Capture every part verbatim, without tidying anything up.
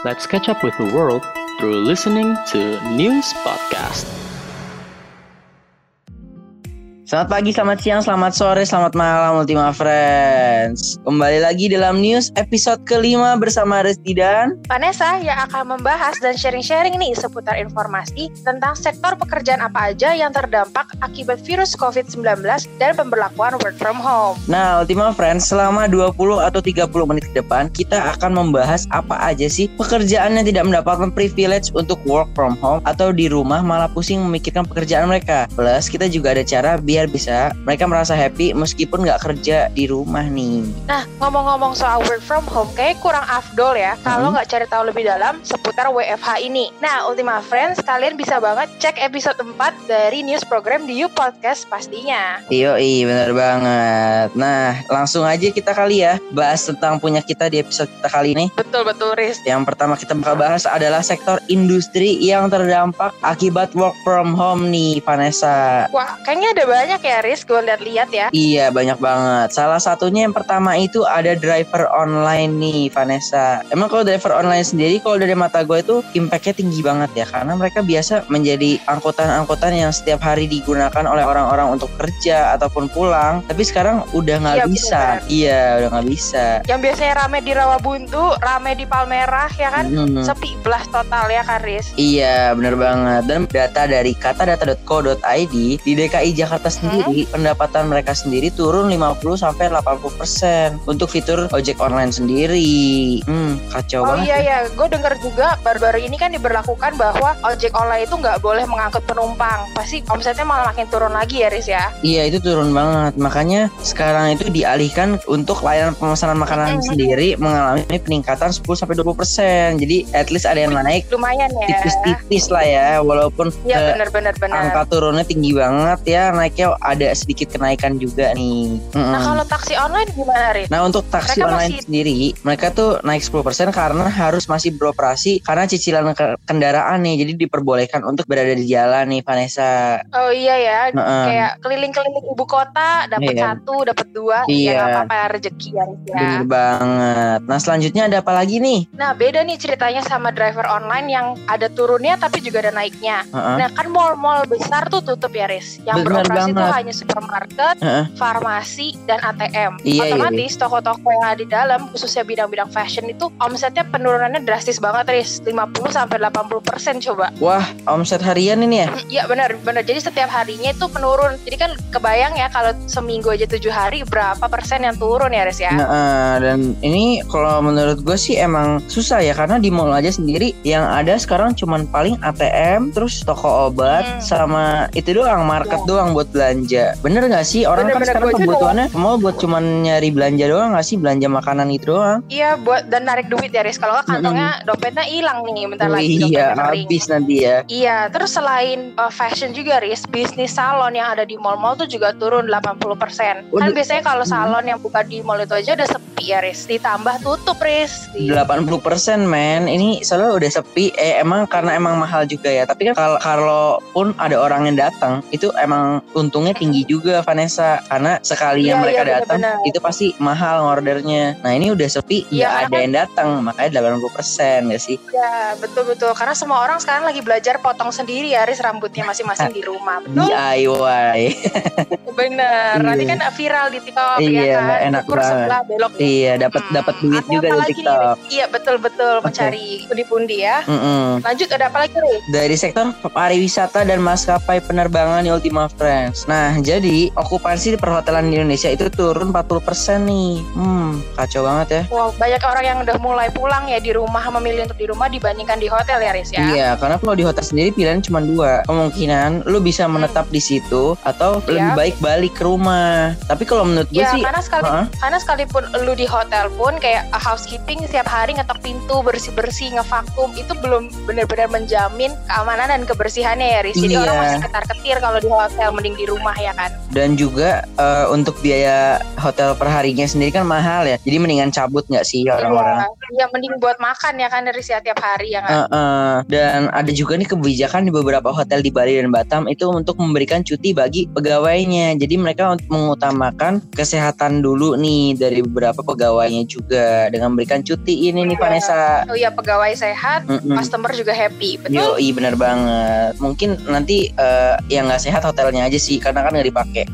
Let's catch up with the world through listening to News Podcast. Selamat pagi, selamat siang, selamat sore, selamat malam Ultima Friends. Kembali lagi dalam News episode kelima bersama Resti dan Vanessa yang akan membahas dan sharing-sharing nih seputar informasi tentang sektor pekerjaan apa aja yang terdampak akibat virus covid sembilan belas dan pemberlakuan work from home. Nah Ultima Friends, selama dua puluh atau tiga puluh menit ke depan kita akan membahas apa aja sih pekerjaan yang tidak mendapatkan privilege untuk work from home atau di rumah malah pusing memikirkan pekerjaan mereka. Plus kita juga ada cara biar bisa mereka merasa happy meskipun nggak kerja di rumah nih. Nah, ngomong-ngomong soal work from home, kayak kurang afdol ya kalau nggak hmm. cari tahu lebih dalam seputar W F H ini. Nah, Ultima Friends, kalian bisa banget cek episode empat dari news program di You Podcast pastinya. Yoi, bener banget. Nah, langsung aja kita kali ya bahas tentang punya kita di episode kita kali ini. Betul-betul, Riz. Yang pertama kita bakal bahas adalah sektor industri yang terdampak akibat work from home nih, Vanessa. Wah, kayaknya ada banyak ya, Riz, gue lihat-lihat ya. Iya, banyak banget. Salah satunya yang pertama itu ada driver online nih, Vanessa. Emang kalau driver online sendiri, kalau dari mata gue itu impact-nya tinggi banget ya, karena mereka biasa menjadi angkutan-angkutan yang setiap hari digunakan oleh orang-orang untuk kerja ataupun pulang. Tapi sekarang udah nggak ya, bisa. Bener. Iya, udah nggak bisa. Yang biasanya rame di Rawabuntu, rame di Palmerah ya kan, hmm. sepi belas total ya kan, Riz? Iya, bener banget. Dan data dari katadata dot co dot i d di D K I Jakarta sendiri, hmm? pendapatan mereka sendiri turun lima puluh sampai delapan puluh persen untuk fitur ojek online sendiri. Hmm, kacau oh, banget. Oh iya ya, gue dengar juga baru-baru ini kan diberlakukan bahwa ojek online itu nggak boleh mengangkut penumpang. Pasti omsetnya malah makin turun lagi ya, Riz ya? Iya, itu turun banget. Makanya sekarang itu dialihkan untuk layanan pemesanan makanan hmm. sendiri mengalami peningkatan sepuluh sampai dua puluh persen. Jadi at least ada yang naik. Lumayan ya. Tipis-tipis lah ya, walaupun ya, bener, bener, bener. angka turunnya tinggi banget ya, naiknya ada sedikit kenaikan juga nih. Mm-mm. Nah kalau taksi online gimana, Riz? Nah untuk taksi mereka online masih... sendiri, mereka tuh naik sepuluh persen karena harus masih beroperasi karena cicilan ke- kendaraan nih, jadi diperbolehkan untuk berada di jalan nih, Vanessa. Oh iya ya, Mm-mm. kayak keliling-keliling ibu kota, dapat iya. satu, dapat dua, iya. ya nggak apa-apa, rezeki ya, Riz ya. Bener banget. Nah selanjutnya ada apa lagi nih? Nah beda nih ceritanya sama driver online yang ada turunnya tapi juga ada naiknya. Uh-uh. Nah kan mall-mall besar tuh tutup ya, Riz. Yang Bener beroperasi banget. tuh hanya supermarket, uh-uh. farmasi, dan A T M. Iya, Otomatis iya. toko-toko yang ada di dalam, khususnya bidang-bidang fashion itu omsetnya penurunannya drastis banget, Riz. lima puluh sampai delapan puluh persen coba. Wah, omset harian ini ya? Iya benar, benar. Jadi setiap harinya itu penurun. Jadi kan kebayang ya kalau seminggu aja tujuh hari berapa persen yang turun ya, Riz ya? Nah, dan ini kalau menurut gue sih emang susah ya, karena di mall aja sendiri yang ada sekarang cuman paling A T M, terus toko obat, hmm. sama itu doang, market ya. doang buat belanja. Bener gak sih? Orang bener, kan bener, sekarang kebutuhannya mau buat cuman nyari belanja doang gak sih? Belanja makanan itu doang. Iya, buat dan narik duit ya, Riz. Kalau nggak kantongnya mm-hmm. dompetnya hilang nih bentar oh, lagi. Iya, habis nanti ya. Iya, terus selain uh, fashion juga, Riz, bisnis salon yang ada di mall-mall tuh juga turun delapan puluh persen. Kan Udah. biasanya kalau salon yang buka di mall itu aja udah sepi ya, Riz. Ditambah tutup, Riz. delapan puluh persen men. Ini soalnya udah sepi. Eh emang karena emang mahal juga ya. Tapi kan kalau kalau pun ada orang yang datang, itu emang untungnya tinggi juga, Vanessa. Karena sekali yang iya, mereka iya, datang bener-bener. itu pasti mahal ordernya. Nah ini udah sepi, nggak iya, ada yang datang, makanya delapan puluh persen gak sih? Ya betul-betul. Karena semua orang sekarang lagi belajar potong sendiri ya, Riz, rambutnya masing-masing di rumah. Betul? D I Y. Bener. Iya. Nanti kan viral di TikTok iya, ya kan. enak Ukur banget. sebelah belok. Iya, dapat hmm. dapat duit ada juga di TikTok. Nih, iya betul-betul okay. Mencari pundi-pundi ya. Mm-mm. Lanjut, ada apa lagi nih? Dari sektor pariwisata dan maskapai penerbangan di Ultima Friends. Nah, jadi okupansi di perhotelan di Indonesia itu turun empat puluh persen nih. Hmm, kacau banget ya. Wow, banyak orang yang udah mulai pulang ya di rumah, memilih untuk di rumah dibandingkan di hotel ya, Riz ya. Iya, karena kalau di hotel sendiri pilihan cuma dua. Kemungkinan lu bisa menetap hmm. di situ atau Yap. lebih baik balik ke rumah. Tapi kalau menurut gue ya, sih karena sekali uh-huh. karena sekalipun lu di hotel pun kayak uh, housekeeping setiap hari ngetok pintu, bersih-bersih, ngevakum, itu belum benar-benar menjamin keamanan dan kebersihannya ya, Riz. Jadi iya. orang masih ketar-ketir kalau di hotel, mending di rumah ya kan. Dan juga uh, untuk biaya hotel perharinya sendiri kan mahal ya. Jadi mendingan cabut nggak sih orang-orang? Iya, ya, mending buat makan ya kan dari setiap hari ya kan. Uh, uh, dan ada juga nih kebijakan di beberapa hotel di Bali dan Batam itu untuk memberikan cuti bagi pegawainya. Jadi mereka untuk mengutamakan kesehatan dulu nih dari beberapa pegawainya juga dengan memberikan cuti ini nih Vanessa. Oh iya, pegawai sehat, Mm-mm. customer juga happy, betul? Yoi, benar banget. Mungkin nanti uh, yang nggak sehat hotelnya aja sih, karena kan nggak dipakai.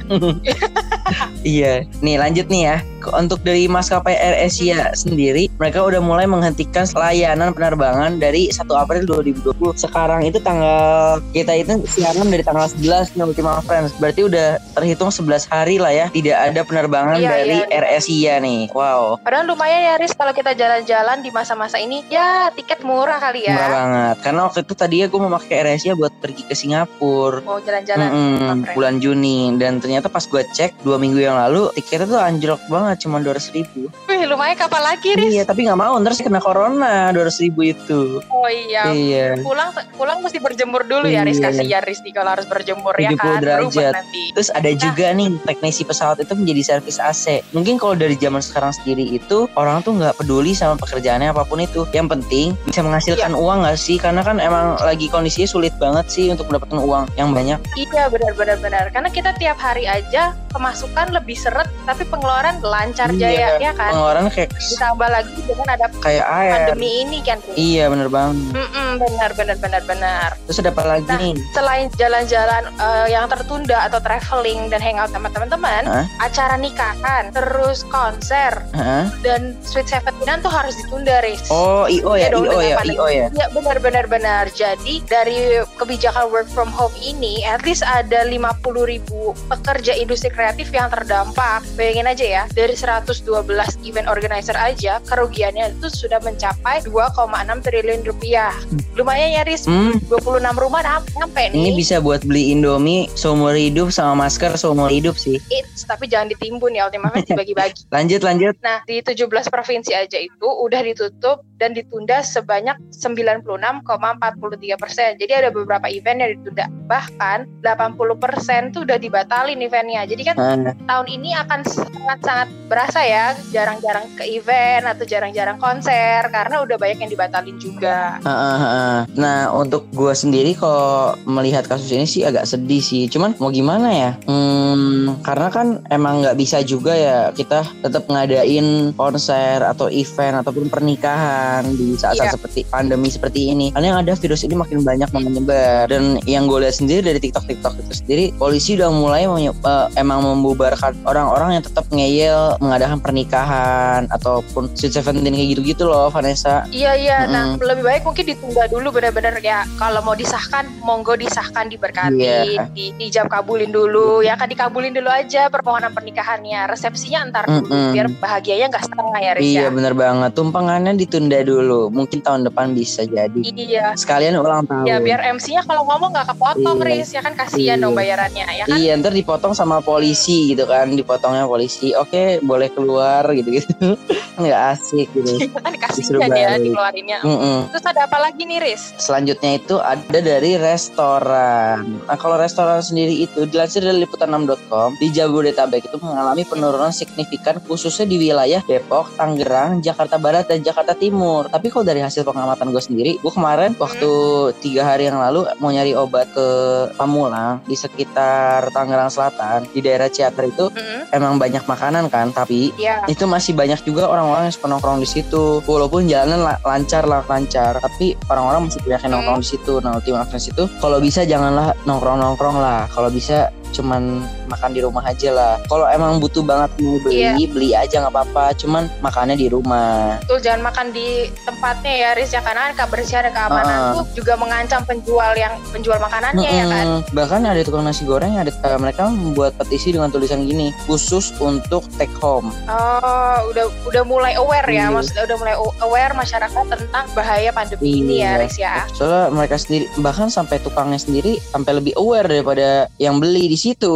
Iya, nih lanjut nih ya. Untuk dari maskapai AirAsia sendiri, mereka udah mulai menghentikan layanan penerbangan dari satu April dua ribu dua puluh. Sekarang itu tanggal, kita itu siaran dari tanggal sebelas nih Ultima Friends. Berarti udah terhitung sebelas hari lah ya tidak ada penerbangan iya, dari iya, AirAsia nih. Wow. Padahal lumayan ya Riz, kalau kita jalan-jalan di masa-masa ini, ya tiket murah kali ya. Murah banget. Karena waktu itu tadinya gue mau pakai AirAsia buat pergi ke Singapura. Mau jalan-jalan mm-hmm, bulan Juni. Dan ternyata pas gue cek dua minggu yang lalu, tiketnya tuh anjlok banget, cuma dua ratus ribu. Wih, lumayan, kapan lagi Riz? Iya, tapi gak mau, ntar sih kena corona dua ratus ribu itu. Oh iya, iya. Pulang pulang mesti berjemur dulu ya Riz. Iya. Kasihan Riz nih kalau harus berjemur ya kan. Derajat. Terus ada nah. juga nih teknisi pesawat itu menjadi servis A C. Mungkin kalau dari zaman sekarang sendiri itu orang tuh gak peduli sama pekerjaannya apapun itu. Yang penting bisa menghasilkan iya. uang gak sih? Karena kan emang lagi kondisinya sulit banget sih untuk mendapatkan uang yang banyak. Iya, benar-benar benar. Karena kita tiap hari aja pemasukan lebih seret tapi pengeluaran lancar iya, jaya ya kan. Pengeluaran kayak ditambah lagi dengan ada kayak air. Pandemi ini kan. Iya, benar banget. Mm-mm, benar benar benar benar. Terus ada apa lagi nah, nih? Selain jalan-jalan uh, yang tertunda atau traveling dan hangout sama teman-teman, huh? acara nikahan, terus konser, huh? dan Sweet Seventeen tuh harus ditunda, Riz. Oh, I O ya, I O ya, I O ya. Ya, benar-benar benar. Jadi dari kebijakan work from home ini, at least ada lima puluh ribu pekerja industri kreatif yang terdampak. Bayangin aja ya, dari seratus dua belas event organizer aja, kerugiannya itu sudah mencapai dua koma enam triliun rupiah. Lumayan ya, Riz. Hmm. dua puluh enam rumah sampai nih. Ini bisa buat beli Indomie seumur hidup sama masker seumur hidup sih. It's, tapi jangan ditimbun ya, Ultima Friends, dibagi-bagi. Lanjut, lanjut. Nah, di tujuh belas provinsi aja itu udah ditutup dan ditunda sebanyak sembilan puluh enam koma empat tiga persen. Jadi ada beberapa event yang ditunda. Bahkan delapan puluh persen tuh udah dibatalin eventnya. Jadi kan hmm. tahun ini akan sangat-sangat berasa ya, jarang-jarang ke event atau jarang-jarang konser karena udah banyak yang dibatalin juga. Uh, uh, uh. Nah, untuk gue sendiri kalau melihat kasus ini sih agak sedih sih. Cuman mau gimana ya? Hmm, karena kan emang nggak bisa juga ya kita tetap ngadain konser atau event ataupun pernikahan di saat-saat yeah. seperti pandemi seperti ini. Karena yang ada virus ini makin banyak menyebar. Dan yang gue lihat sendiri dari TikTok-TikTok itu sendiri, polisi udah mulai menye- uh, emang membubarkan orang-orang yang tetap ngeyel mengadakan pernikahan ataupun Sweet Seventeen kayak gitu-gitu loh, Vanessa. Iya iya. Mm-hmm. Nah, lebih baik mungkin ditunda dulu benar-benar ya. Kalau mau disahkan, monggo disahkan, diberkatin, yeah. di, dijab kabulin dulu ya kan, dikabulin dulu aja permohonan pernikahannya. Resepsinya entar dulu mm-hmm. biar bahagianya nggak setengah ya, Riz. Iya, benar banget. Tumpangannya ditunda dulu. Mungkin tahun depan bisa jadi. Iya. Sekalian ulang tahun. Ya biar M C-nya kalau ngomong nggak kepotong, iya. Riz, ya kan, kasihan iya. dong bayarannya ya kan. Iya, ntar dipotong sama polisi gitu kan, dipotongnya polisi. Oke, boleh keluar gitu-gitu. Nggak asik gitu. Kan kasihan ya dikeluarinnya. Mm-mm. Terus ada apa lagi nih, Riz? Selanjutnya itu ada dari restoran. Nah, kalau restoran sendiri itu dilansir dari liputan enam dot com, di Jabodetabek itu mengalami penurunan signifikan khususnya di wilayah Depok, Tangerang, Jakarta Barat, dan Jakarta Timur. Tapi kalau dari hasil pengamatan gue sendiri, gue kemarin hmm. waktu tiga hari yang lalu mau nyari obat ke Pamulang di sekitar Tangerang Selatan, di daerah Ciater itu hmm. emang banyak makanan kan, tapi yeah. itu masih banyak juga orang-orang yang suka nongkrong di situ. Walaupun jalanan la- lancar lah lancar, tapi orang-orang masih banyak yang nongkrong di situ. Nah, Ultima Friends itu kalau bisa janganlah nongkrong-nongkrong lah. Kalau bisa cuman makan di rumah aja lah. Kalau emang butuh banget mau beli, yeah. beli aja nggak apa-apa. Cuman makannya di rumah. Betul, jangan makan di tempatnya ya, Riz, ya, karena kebersihan dan keamanan uh-uh. tuh juga mengancam penjual yang penjual makanannya mm-hmm. ya kan. Bahkan ada tukang nasi goreng yang ada, uh, mereka membuat petisi dengan tulisan gini, khusus untuk take home. Oh, udah udah mulai aware ya, yeah. maksudnya udah mulai aware masyarakat tentang bahaya pandemi yeah. ini ya, Riz, ya. Soalnya mereka sendiri, bahkan sampai tukangnya sendiri sampai lebih aware daripada yang beli di situ gitu kan.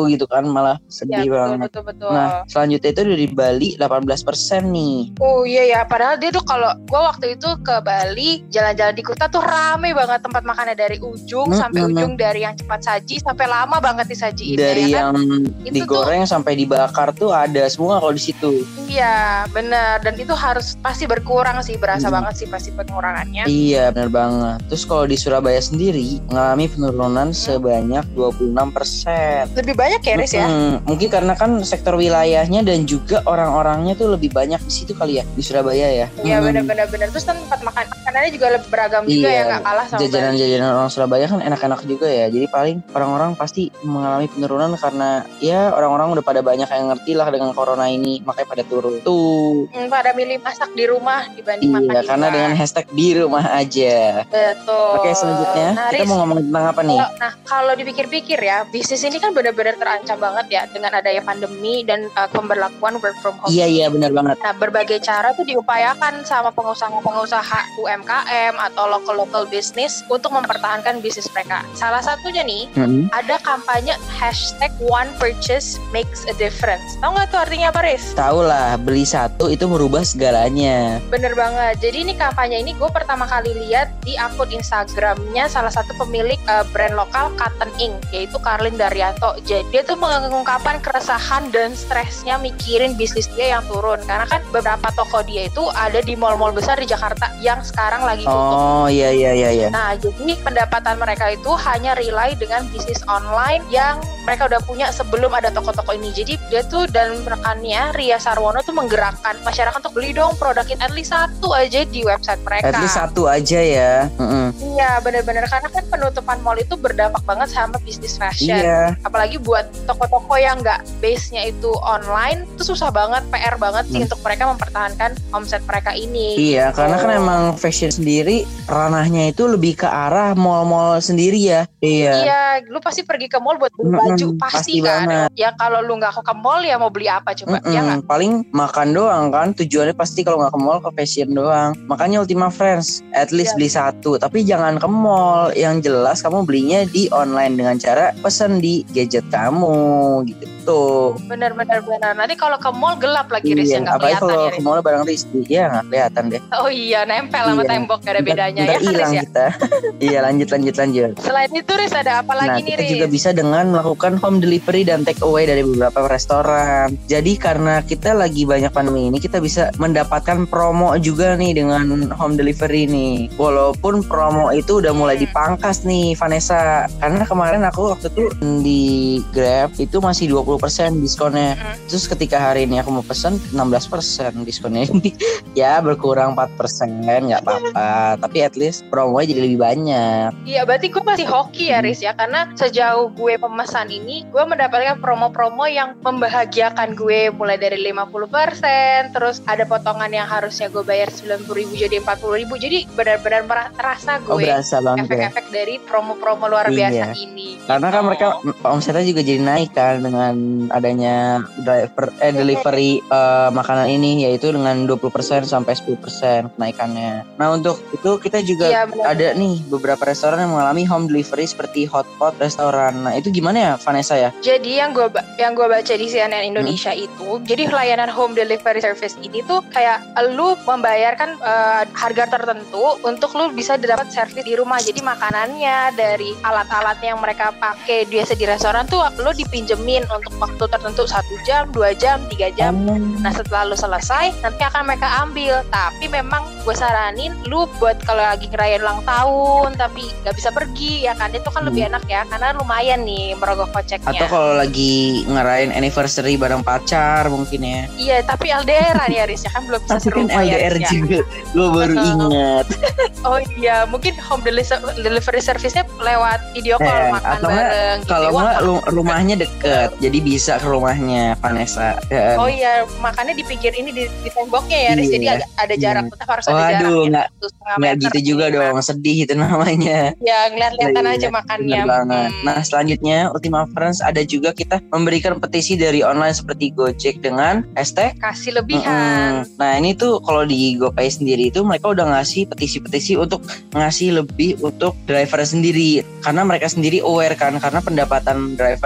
kan, malah sedih ya, betul, banget. Betul, betul, Nah selanjutnya itu dari Bali delapan belas persen nih. Oh iya ya, padahal dia tuh kalau gue waktu itu ke Bali jalan-jalan di Kuta tuh rame banget tempat makannya dari ujung hmm, sampai hmm. ujung, dari yang cepat saji sampai lama banget disajiin. Dari ya kan? yang itu digoreng tuh, sampai dibakar tuh ada semua kalau di situ. Iya benar, dan itu harus pasti berkurang sih, berasa hmm. banget sih pasti pengurangannya. Iya benar banget. Terus kalau di Surabaya sendiri mengalami penurunan hmm. sebanyak dua puluh enam persen. Lebih banyak ya Riz ya? Hmm, mungkin karena kan sektor wilayahnya dan juga orang-orangnya tuh lebih banyak di situ kali ya, di Surabaya ya. Iya hmm. benar-benar benar. Terus tempat makan makanannya juga lebih beragam juga iya, ya, nggak kalah sama jajanan-jajanan orang Surabaya kan enak-enak juga ya. Jadi paling orang-orang pasti mengalami penurunan karena ya orang-orang udah pada banyak yang ngerti lah dengan corona ini, makanya pada turun tuh. Hmm, pada milih masak di rumah dibanding iya, makan di karena luar. Dengan hashtag di rumah aja. Betul. Oke selanjutnya nah, kita Riz, mau ngomong tentang apa nih? Kalau, nah kalau dipikir-pikir ya, bisnis ini kan benar-benar terancam banget ya dengan adanya pandemi dan uh, pemberlakuan work from home. Iya iya benar banget. Nah berbagai cara tuh diupayakan sama pengusaha-pengusaha U M K M atau local-local business untuk mempertahankan bisnis mereka. Salah satunya nih hmm. ada kampanye hashtag one purchase makes a difference. Tahu nggak tuh artinya apa Riz? Tahu lah, beli satu itu merubah segalanya. Bener banget. Jadi ini kampanye ini gue pertama kali lihat di akun Instagramnya salah satu pemilik uh, brand lokal Cotton Ink, yaitu Karlin Daryanto. Jadi dia tuh mengungkapkan keresahan dan stresnya mikirin bisnis dia yang turun, karena kan beberapa toko dia itu ada di mall-mall besar di Jakarta yang sekarang lagi tutup. Oh iya iya iya iya. Nah jadi pendapatan mereka itu hanya rely dengan bisnis online yang mereka udah punya sebelum ada toko-toko ini. Jadi dia tuh dan rekannya Ria Sarwono tuh menggerakkan masyarakat untuk beli dong produkin at least satu aja di website mereka. At least satu aja ya. Mm-hmm. Iya benar-benar, karena kan penutupan mall itu berdampak banget sama bisnis fashion. Iya. Apalagi buat toko-toko yang nggak base-nya itu online, itu susah banget, P R banget sih hmm. untuk mereka mempertahankan omset mereka ini. Iya, gitu. Karena kan emang fashion sendiri ranahnya itu lebih ke arah mall-mall sendiri ya. Iya. Iya, lu pasti pergi ke mall buat beli baju hmm, pasti, pasti kan. Banget. Ya kalau lu nggak ke mall ya mau beli apa coba? Mm-mm, ya nggak? Paling makan doang kan. Tujuannya pasti kalau nggak ke mall ke fashion doang. Makanya Ultima Friends, at least ya. Beli satu, tapi jangan ke mall. Yang jelas kamu belinya di online dengan cara pesan di gadget kamu gitu. Benar-benar benar. Nanti kalau ke mall gelap lagi Riz, iya, ya nggak kelihatan kalau ya. Kalau ke mall bareng Rizky, ya nggak kelihatan deh. Oh iya, nempel sama iya. tembok gak ada bedanya. Ntar ya kan Riz ya. Kita. Iya lanjut lanjut lanjut. Selain itu Riz ada apa lagi nah, nih Riz? Kita juga bisa dengan melakukan home delivery dan take away dari beberapa restoran. Jadi karena kita lagi banyak pandemi ini, kita bisa mendapatkan promo juga nih dengan home delivery nih. Walaupun promo itu udah mulai dipangkas nih Vanessa. Karena kemarin aku waktu itu di Grab itu masih dua puluh persen diskonnya. Terus ketika hari ini aku mau pesan enam belas persen diskonnya. Ya berkurang empat persen nggak apa-apa. Tapi at least promonya jadi lebih banyak. Iya berarti gue masih hoki ya Riz ya. Karena sejauh gue pemesan ini, gue mendapatkan promo-promo yang membahagiakan gue, mulai dari lima puluh persen, terus ada potongan yang harusnya gue bayar sembilan puluh ribu jadi empat puluh ribu. Jadi benar-benar terasa gue oh, berasa banget efek-efek ya. Dari promo-promo luar biasa iya. ini. Karena kan mereka omsetnya juga jadi naik kan dengan adanya driver eh delivery uh, makanan ini, yaitu dengan dua puluh persen sampai sepuluh persen kenaikannya. Nah untuk itu kita juga iya, ada nih beberapa restoran yang mengalami home delivery seperti Hotpot restoran. Nah itu gimana ya Vanessa ya? Jadi yang gue yang gue baca di C N N Indonesia hmm. itu, jadi layanan home delivery service ini tuh kayak lu membayarkan uh, harga tertentu untuk lu bisa dapat servis di rumah. Jadi makanannya dari alat-alatnya yang mereka pakai biasa di restoran tuh lu dipinjemin untuk waktu tertentu satu jam, dua jam, tiga jam. Hmm. Nah setelah lu selesai nanti akan mereka ambil. Tapi memang gue saranin lu buat kalau lagi ngerayain ulang tahun tapi nggak bisa pergi ya kan, itu kan hmm. lebih enak ya karena lumayan nih merogoh koceknya. Atau kalau lagi ngerayain anniversary bareng pacar mungkin ya. Iya tapi L D R-an ya Riz ya kan belum bisa seru kan L D R ya, juga. Gue baru ingat. Oh iya mungkin home delivery service-nya lewat video call eh, makan bareng gitu. Kalau nggak rumahnya deket jadi bisa ke rumahnya Vanessa kan? Oh iya makannya di pinggir ini di, di temboknya ya Riz, iya. Jadi agak ada jarak tetap harus oh, ada jarak. Waduh nggak ya, nggak gitu juga lima. Dong sedih itu namanya. Ya ngeliat-liatan nah, aja iya, makannya. Hmm. Nah selanjutnya Ultima Friends ada juga kita memberikan petisi dari online seperti Gojek dengan hashtag kasih lebihan. Mm-mm. Nah ini tuh kalau di GoPay sendiri itu mereka udah ngasih petisi-petisi untuk ngasih lebih untuk driver sendiri karena mereka sendiri aware kan, karena pendapatan driver sendiri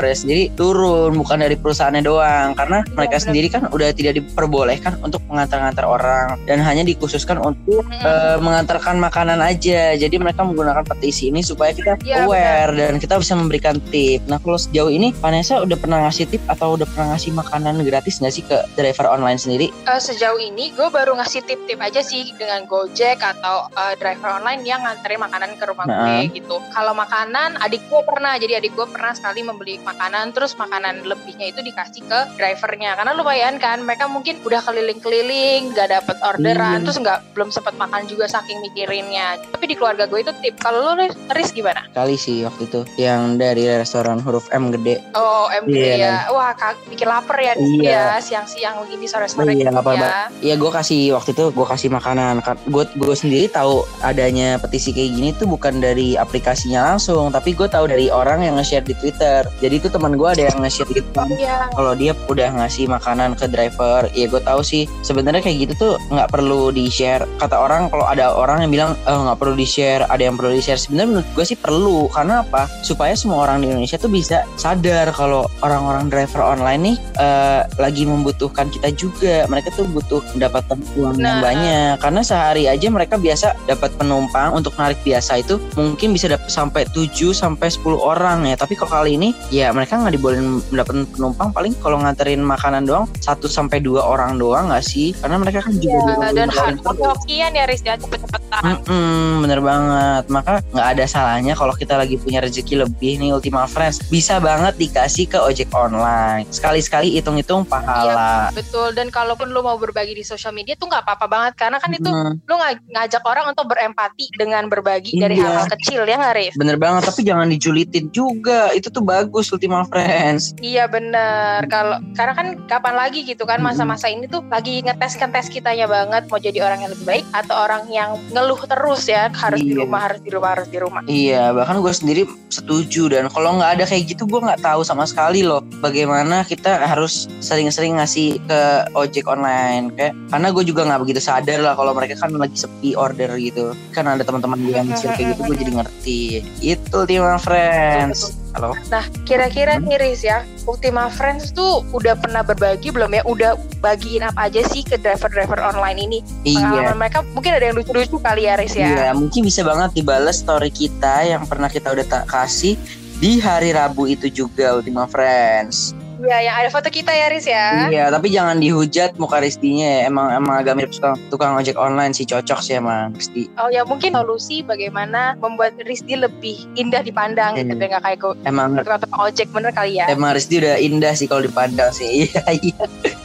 sendiri turun, bukan dari perusahaannya doang. Karena Iya, mereka bener. sendiri kan udah tidak diperbolehkan untuk mengantar-ngantar orang dan hanya dikhususkan untuk Mm-mm. eh, mengantarkan makanan aja. Jadi mereka menggunakan petisi ini supaya kita Iya, aware dan kita bisa memberikan tip. Nah kalau sejauh ini Vanessa udah pernah ngasih tip atau udah pernah ngasih makanan gratis nggak sih ke driver online sendiri? Eh, sejauh ini gue baru ngasih tip-tip aja sih dengan Gojek atau eh, driver online yang nganterin makanan ke rumah Nah. gue gitu. Kalau makanan adik gue pernah, jadi adik gue pernah sekali membeli makanan terus makanan lebihnya itu dikasih ke drivernya karena lumayan kan mereka mungkin udah keliling-keliling gak dapet orderan Iya. terus nggak belum sempat makan juga saking mikirinnya. Tapi di keluarga gue itu tip. Kalau lo Riz gimana? Kali sih waktu itu yang dari restoran huruf M gede. Oh M G Iya. ya. Wah kak, bikin lapar ya Riz Iya. ya siang-siang gini sore-sore Iya, gitu lapar ya. banget. Iya, gue kasih waktu itu gue kasih makanan. Gue gue sendiri tahu adanya petisi kayak gini tuh bukan dari aplikasinya langsung, tapi gue tahu dari orang yang nge-share di Twitter. Jadi itu teman gue ada yang nge-share gitu kan. Iya. Kalau dia udah ngasih makanan ke driver, ya gue tahu sih sebenarnya kayak gitu tuh nggak perlu di share. Kata orang kalau ada orang yang bilang eh, nggak perlu di share, ada yang perlu di share. Sebenarnya menurut gue sih perlu. Karena apa? Supaya semua orang di Indonesia tuh bisa sadar kalau orang-orang driver online nih eh, lagi membutuhkan kita juga. Mereka tuh butuh mendapatkan uang yang Nah. banyak. Karena sehari aja mereka biasa dapat penumpang untuk narik biasa itu mungkin bisa dapat sampai tujuh sampai sepuluh orang ya. Tapi kalau kali ini ya mereka nggak dibolehin mendapat penumpang, paling kalau nganterin makanan doang satu sampai dua orang doang nggak sih? Karena mereka kan juga Ya, di dan rumah harus hokian ya Riz ya cepet-cepetan. Mm-mm, bener banget. Maka nggak ada salahnya kalau kita lagi punya rezeki lebih nih Ultima Friends, bisa banget dikasih ke ojek online. Sekali-sekali hitung-hitung pahala. Betul, dan kalaupun lu mau berbagi di sosial media tuh nggak apa-apa banget karena kan itu Hmm, lu ng- ngajak orang untuk berempati dengan berbagi dari Iya. hal-hal kecil ya nggak Riz? bener banget, tapi jangan dijulitin juga. Itu tuh bagus Ultima Friends. Iya bener, kalau karena kan kapan lagi gitu kan Mm-mm. masa-masa ini tuh lagi ngetes-ngetes kitanya banget mau jadi orang yang lebih baik atau orang yang ngeluh terus ya harus di Iya. rumah harus di rumah harus di rumah. Iya, bahkan gue sendiri setuju. Dan kalau nggak ada kayak gitu, gue nggak tahu sama sekali loh bagaimana kita harus sering-sering ngasih ke ojek online. Kayak karena gue juga nggak begitu sadar lah kalau mereka kan lagi sepi order gitu. Kan ada teman-teman gue yang share kayak gitu, gue jadi ngerti. Itu Ultima Friends. Halo. Nah, kira-kira Hmm. nih Riz ya, Ultima Friends tuh udah pernah berbagi belum ya? Udah bagiin apa aja sih ke driver-driver online ini? Iya. Pengalaman mereka mungkin ada yang lucu-lucu kali ya Riz ya? Iya, mungkin bisa banget dibales story kita yang pernah kita udah ta- kasih di hari Rabu itu juga Ultima Friends. Iya, yang ada foto kita ya Riz ya? Iya, tapi jangan dihujat muka Rizdinya ya. Emang emang agak mirip tukang, tukang ojek online sih, cocok sih emang Rizdi. Oh ya mungkin solusi bagaimana membuat Rizdi lebih indah dipandang gitu Hmm. biar nggak kayak go Emang tukang ojek bener kali ya. emang Rizdi udah indah sih kalau dipandang sih. Iya, iya.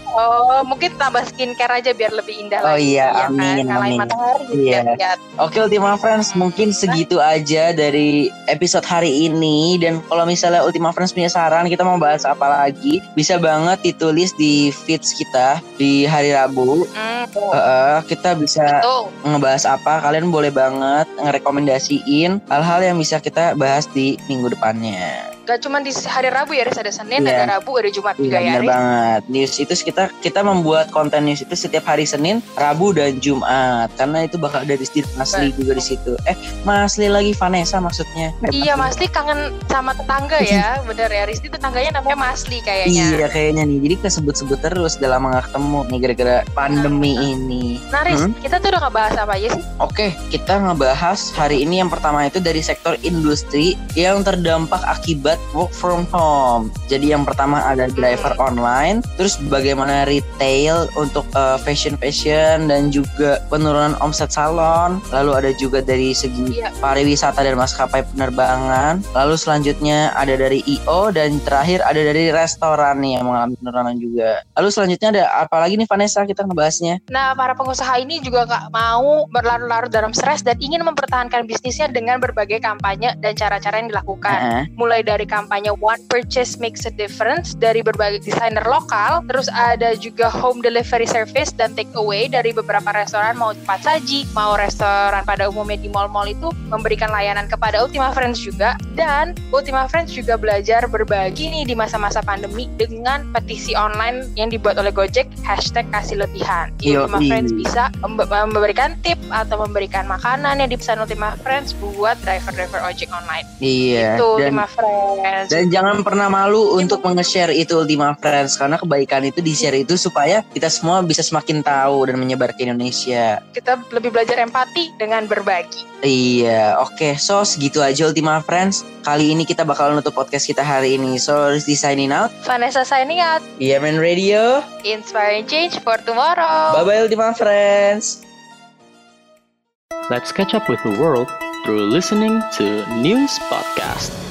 Oh mungkin tambah skincare aja biar lebih indah Oh lagi. iya, ya amin, kan? Ngalahin amin. matahari gitu Iya. ya, lihat. Oke Ultima Friends, mungkin segitu aja dari episode hari ini. Dan kalau misalnya Ultima Friends punya saran, kita mau bahas apa lagi, bisa banget ditulis di feeds kita di hari Rabu. Hmm, Uh, kita bisa betul. ngebahas apa, kalian boleh banget ngerekomendasiin hal-hal yang bisa kita bahas di minggu depannya. Gak cuma di hari Rabu ya Riz, ada Senin, Iya. ada Rabu, ada Jumat juga Iya ya bener Riz. banget. News itu kita kita membuat konten news itu setiap hari Senin, Rabu dan Jumat. Karena itu bakal ada Rizdi Masli juga di situ. Eh, Masli lagi Vanessa maksudnya. Iya Masli kangen sama tetangga ya, bener ya Rizdi tetangganya namanya Masli kayaknya. Iya kayaknya nih. Jadi kesebut-sebut terus udah lama gak ketemu nih gara-gara pandemi ini. Nah Riz, Hmm? kita tuh udah ngebahas apa aja sih? Oke, kita ngebahas hari ini yang pertama itu dari sektor industri yang terdampak akibat work from home. Jadi yang pertama ada driver online, terus bagaimana retail untuk uh, fashion-fashion dan juga penurunan omset salon. Lalu ada juga dari segi Iya. pariwisata dan maskapai penerbangan. Lalu selanjutnya ada dari I O dan terakhir ada dari restoran nih yang mengalami penurunan juga. Lalu selanjutnya ada apa lagi nih Vanessa kita ngebahasnya? Nah, para pengusaha ini juga gak mau berlarut-larut dalam stres dan ingin mempertahankan bisnisnya dengan berbagai kampanye dan cara-cara yang dilakukan. Heeh. Mulai dari kampanye One Purchase Makes a Difference dari berbagai desainer lokal, terus ada juga home delivery service dan take away dari beberapa restoran, mau cepat saji, mau restoran pada umumnya di mall-mall itu memberikan layanan kepada Ultima Friends juga. Dan Ultima Friends juga belajar berbagi nih di masa-masa pandemi dengan petisi online yang dibuat oleh Gojek, hashtag kasih lebihan. Di Yoi. Ultima Friends bisa membe- memberikan tip atau memberikan makanan yang dipesan Ultima Friends buat driver-driver ojek online. Iya. Itu dan Ultima Friends. Friends. Dan jangan pernah malu untuk nge-share itu Ultima Friends, karena kebaikan itu di-share itu supaya kita semua bisa semakin tahu dan menyebar ke Indonesia. Kita lebih belajar empati dengan berbagi. Iya, oke. So, segitu aja Ultima Friends. Kali ini kita bakal nutup podcast kita hari ini. So, Rizky signing out. Vanessa signing out. B M N Radio. Inspiring change for tomorrow. Bye-bye Ultima Friends. Let's catch up with the world through listening to News Podcast.